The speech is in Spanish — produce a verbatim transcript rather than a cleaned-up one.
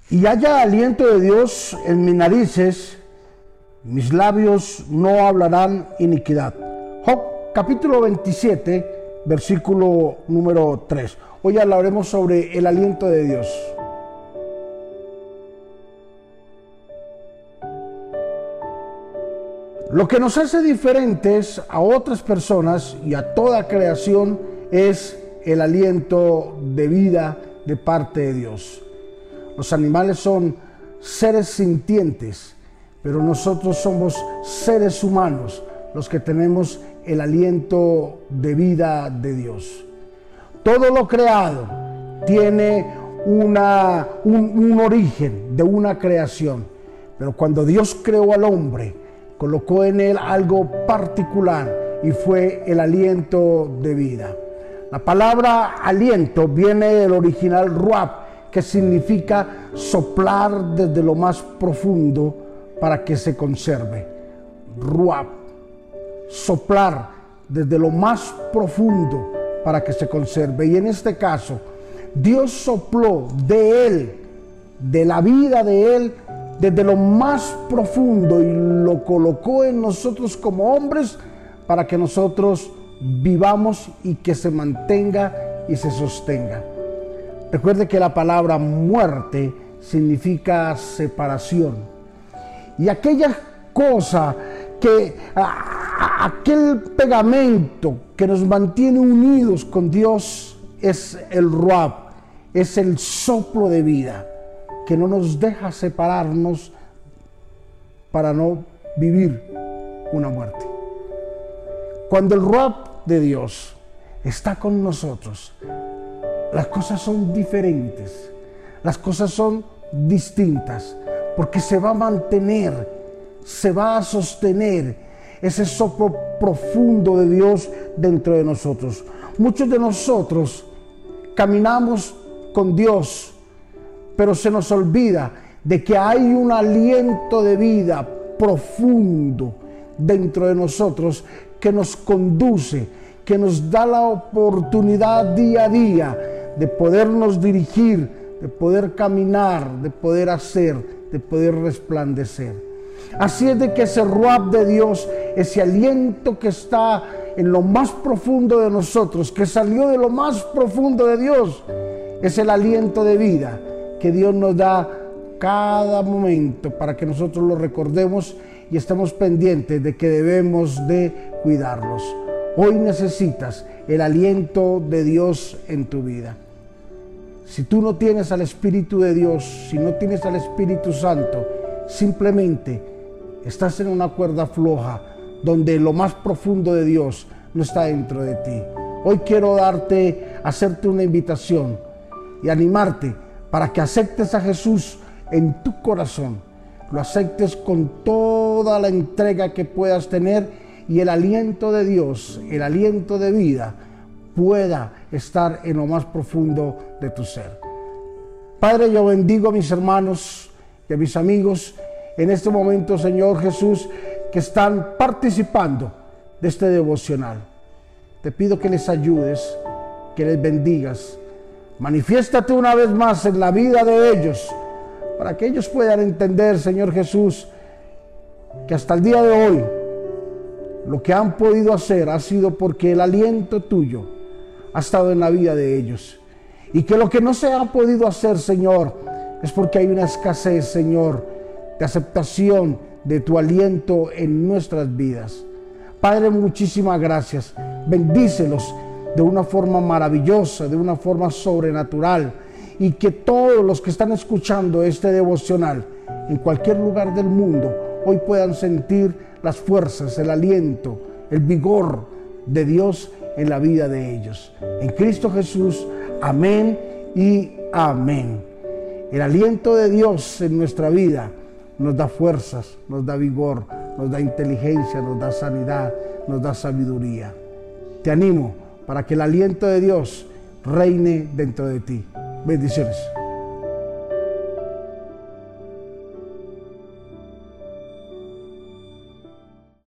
y haya aliento de Dios en mis narices, mis labios no hablarán iniquidad. Job capítulo veintisiete, versículo número tres. Hoy hablaremos sobre el aliento de Dios. Lo que nos hace diferentes a otras personas y a toda creación es el aliento de vida de parte de Dios. Los animales son seres sintientes, pero nosotros somos seres humanos los que tenemos el aliento de vida de Dios. Todo lo creado tiene una, un, un origen de una creación, pero cuando Dios creó al hombre, colocó en él algo particular y fue el aliento de vida. La palabra aliento viene del original ruach, que significa soplar desde lo más profundo para que se conserve. Ruach, soplar desde lo más profundo para que se conserve. Y en este caso, Dios sopló de él, de la vida de él, desde lo más profundo y lo colocó en nosotros como hombres para que nosotros vivamos y que se mantenga y se sostenga. Recuerde que la palabra muerte significa separación. Y aquella cosa que, a, a, aquel pegamento que nos mantiene unidos con Dios es el ruach, es el soplo de vida que no nos deja separarnos para no vivir una muerte. Cuando el ruach de Dios está con nosotros, las cosas son diferentes, las cosas son distintas, porque se va a mantener, se va a sostener ese soplo profundo de Dios dentro de nosotros. Muchos de nosotros caminamos con Dios, pero se nos olvida de que hay un aliento de vida profundo dentro de nosotros que nos conduce, que nos da la oportunidad día a día de podernos dirigir, de poder caminar, de poder hacer, de poder resplandecer. Así es de que ese ruach de Dios, ese aliento que está en lo más profundo de nosotros, que salió de lo más profundo de Dios, es el aliento de vida que Dios nos da cada momento para que nosotros lo recordemos y estemos pendientes de que debemos de cuidarlos. Hoy necesitas el aliento de Dios en tu vida. Si tú no tienes al Espíritu de Dios, si no tienes al Espíritu Santo, simplemente estás en una cuerda floja donde lo más profundo de Dios no está dentro de ti. Hoy quiero darte, hacerte una invitación y animarte para que aceptes a Jesús en tu corazón, lo aceptes con toda la entrega que puedas tener y el aliento de Dios, el aliento de vida, pueda estar en lo más profundo de tu ser. Padre, yo bendigo a mis hermanos y a mis amigos en este momento, Señor Jesús, que están participando de este devocional. Te pido que les ayudes, que les bendigas. Manifiéstate una vez más en la vida de ellos, para que ellos puedan entender, Señor Jesús, que hasta el día de hoy lo que han podido hacer ha sido porque el aliento tuyo ha estado en la vida de ellos. Y que lo que no se ha podido hacer, Señor, es porque hay una escasez, Señor, de aceptación de tu aliento en nuestras vidas. Padre, muchísimas gracias. Bendícelos de una forma maravillosa, de una forma sobrenatural. Y que todos los que están escuchando este devocional en cualquier lugar del mundo hoy puedan sentir las fuerzas, el aliento, el vigor de Dios en la vida de ellos. En Cristo Jesús, amén y amén. El aliento de Dios en nuestra vida nos da fuerzas, nos da vigor, nos da inteligencia, nos da sanidad, nos da sabiduría. Te animo para que el aliento de Dios reine dentro de ti. Bendiciones.